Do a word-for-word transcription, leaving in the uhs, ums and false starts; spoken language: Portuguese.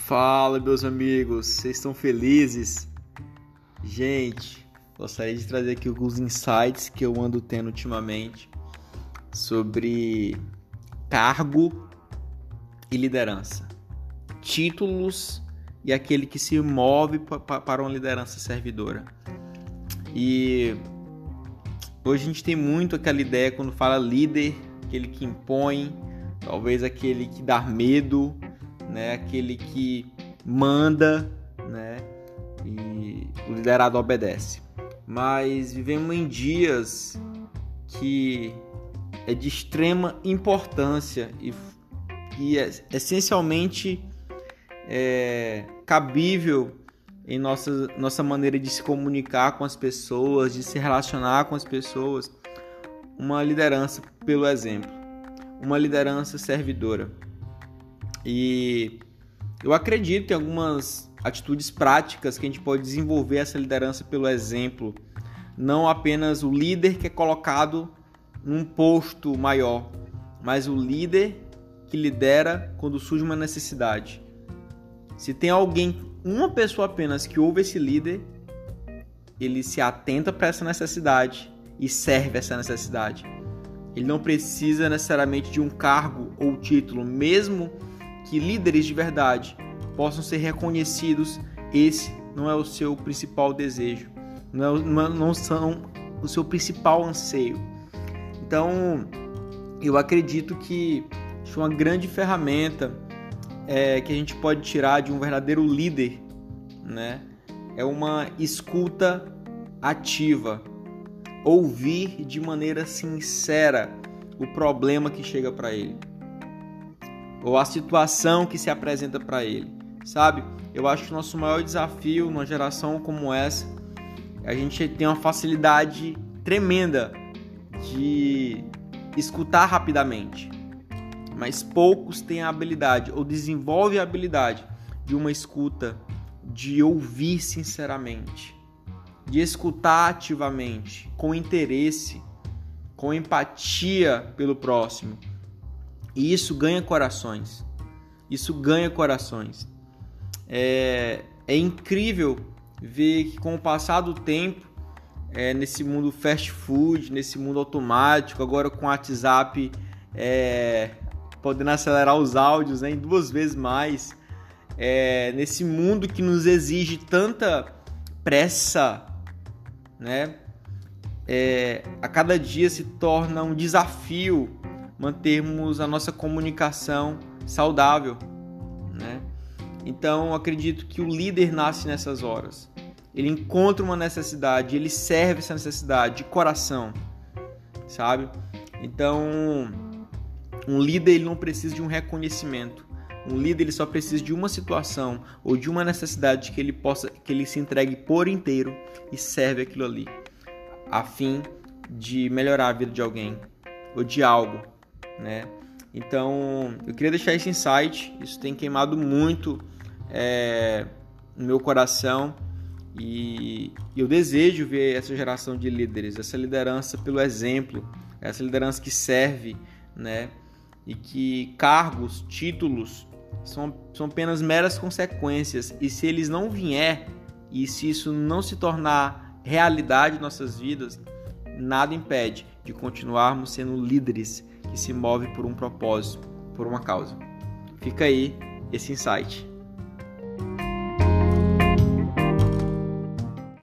Fala, meus amigos, vocês estão felizes? Gente, gostaria de trazer aqui alguns insights que eu ando tendo ultimamente sobre cargo e liderança, títulos e aquele que se move para uma liderança servidora. E hoje a gente tem muito aquela ideia quando fala líder, aquele que impõe, talvez aquele que dá medo, né? Aquele que manda, né? E o liderado obedece. Mas vivemos em dias que é de extrema importância e, e é essencialmente é, cabível em nossa, nossa maneira de se comunicar com as pessoas, de se relacionar com as pessoas, uma liderança pelo exemplo, uma liderança servidora. E eu acredito em algumas atitudes práticas que a gente pode desenvolver essa liderança pelo exemplo, não apenas o líder que é colocado num posto maior, mas o líder que lidera quando surge uma necessidade. Se tem alguém, uma pessoa apenas que ouve esse líder, ele se atenta para essa necessidade e serve essa necessidade. Ele não precisa necessariamente de um cargo ou título, mesmo que líderes de verdade possam ser reconhecidos. Esse não é o seu principal desejo, não, é, não, não são o seu principal anseio. Então, eu acredito que isso é uma grande ferramenta é, que a gente pode tirar de um verdadeiro líder, né? É uma escuta ativa, ouvir de maneira sincera o problema que chega para ele, ou a situação que se apresenta para ele, sabe? Eu acho que o nosso maior desafio numa geração como essa, a gente tem uma facilidade tremenda de escutar rapidamente, mas poucos têm a habilidade ou desenvolvem a habilidade de uma escuta, de ouvir sinceramente, de escutar ativamente, com interesse, com empatia pelo próximo. E isso ganha corações. Isso ganha corações. É, é incrível ver que com o passar do tempo, é, nesse mundo fast food, nesse mundo automático, agora com o WhatsApp é, podendo acelerar os áudios, né, em duas vezes mais, é, nesse mundo que nos exige tanta pressa, né, é, a cada dia se torna um desafio mantermos a nossa comunicação saudável, né? Então, acredito que o líder nasce nessas horas. Ele encontra uma necessidade, ele serve essa necessidade de coração, sabe? Então, um líder ele não precisa de um reconhecimento. Um líder ele só precisa de uma situação ou de uma necessidade que ele possa, que ele se entregue por inteiro e serve aquilo ali, a fim de melhorar a vida de alguém ou de algo, né? Então, eu queria deixar esse insight. Isso tem queimado muito é, no meu coração e eu desejo ver essa geração de líderes, essa liderança pelo exemplo, essa liderança que serve, né? E que cargos, títulos são, são apenas meras consequências, e se eles não vier e se isso não se tornar realidade em nossas vidas, nada impede de continuarmos sendo líderes que se movem por um propósito, por uma causa. Fica aí esse insight.